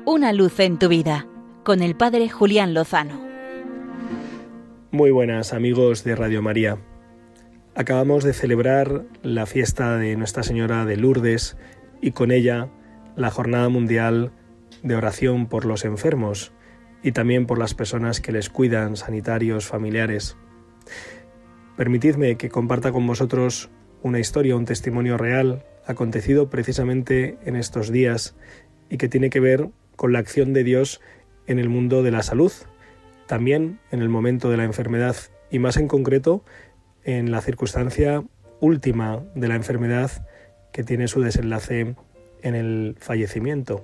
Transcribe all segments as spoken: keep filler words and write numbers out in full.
Una luz en tu vida, con el Padre Julián Lozano. Muy buenas amigos de Radio María. Acabamos de celebrar la fiesta de Nuestra Señora de Lourdes y con ella la Jornada Mundial de Oración por los Enfermos y también por las personas que les cuidan, sanitarios, familiares. Permitidme que comparta con vosotros una historia, un testimonio real acontecido precisamente en estos días y que tiene que ver con la acción de Dios en el mundo de la salud, también en el momento de la enfermedad y más en concreto en la circunstancia última de la enfermedad que tiene su desenlace en el fallecimiento.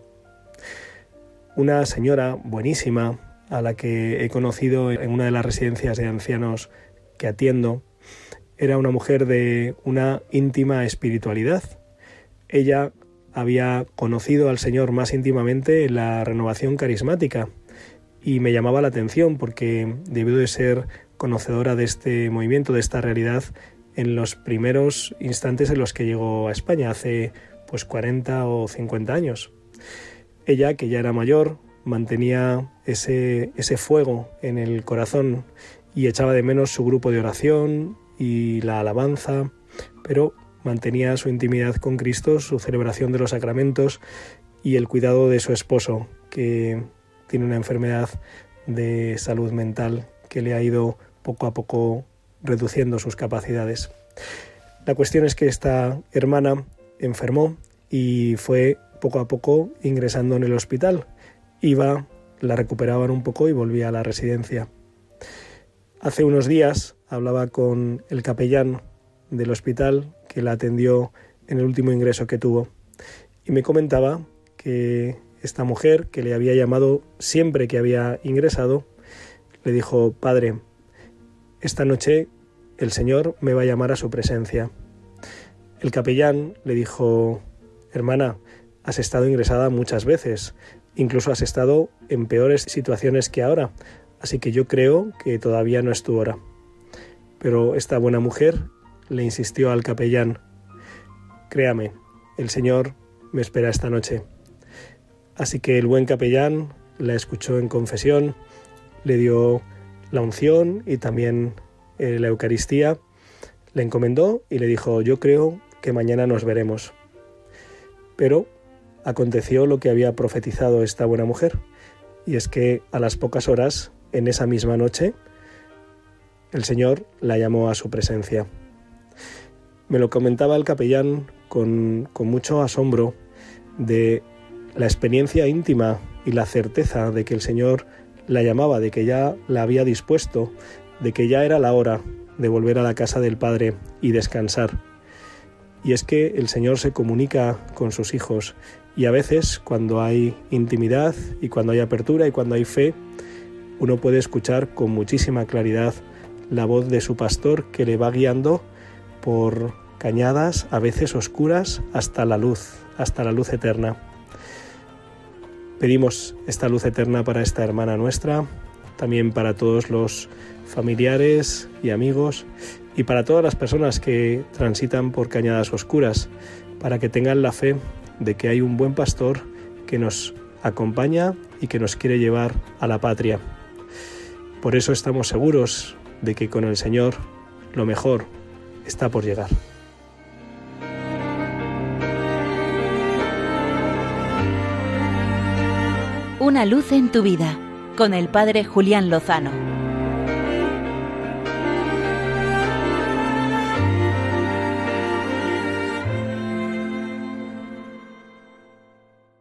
Una señora buenísima a la que he conocido en una de las residencias de ancianos que atiendo era una mujer de una íntima espiritualidad. Ella había conocido al Señor más íntimamente en la renovación carismática y me llamaba la atención porque debió de ser conocedora de este movimiento, de esta realidad, en los primeros instantes en los que llegó a España, hace pues cuarenta o cincuenta años. Ella, que ya era mayor, mantenía ese, ese fuego en el corazón y echaba de menos su grupo de oración y la alabanza, pero mantenía su intimidad con Cristo, su celebración de los sacramentos y el cuidado de su esposo, que tiene una enfermedad de salud mental que le ha ido poco a poco reduciendo sus capacidades. La cuestión es que esta hermana enfermó y fue poco a poco ingresando en el hospital. Iba, la recuperaban un poco y volvía a la residencia. Hace unos días hablaba con el capellán del hospital que la atendió en el último ingreso que tuvo y me comentaba que esta mujer, que le había llamado siempre que había ingresado, le dijo: «Padre, esta noche el Señor me va a llamar a su presencia». El capellán le dijo: «Hermana, has estado ingresada muchas veces, incluso has estado en peores situaciones que ahora, así que yo creo que todavía no es tu hora». Pero esta buena mujer le insistió al capellán: «Créame, el Señor me espera esta noche». Así que el buen capellán la escuchó en confesión, le dio la unción y también eh, la Eucaristía, le encomendó y le dijo: «Yo creo que mañana nos veremos». Pero aconteció lo que había profetizado esta buena mujer, y es que a las pocas horas, en esa misma noche, el Señor la llamó a su presencia. Me lo comentaba el capellán con, con mucho asombro de la experiencia íntima y la certeza de que el Señor la llamaba, de que ya la había dispuesto, de que ya era la hora de volver a la casa del Padre y descansar. Y es que el Señor se comunica con sus hijos y a veces cuando hay intimidad y cuando hay apertura y cuando hay fe, uno puede escuchar con muchísima claridad la voz de su pastor que le va guiando por cañadas a veces oscuras hasta la luz, hasta la luz eterna. Pedimos esta luz eterna para esta hermana nuestra, también para todos los familiares y amigos y para todas las personas que transitan por cañadas oscuras, para que tengan la fe de que hay un buen pastor que nos acompaña y que nos quiere llevar a la patria. Por eso estamos seguros de que con el Señor lo mejor está por llegar. Una luz en tu vida, con el Padre Julián Lozano.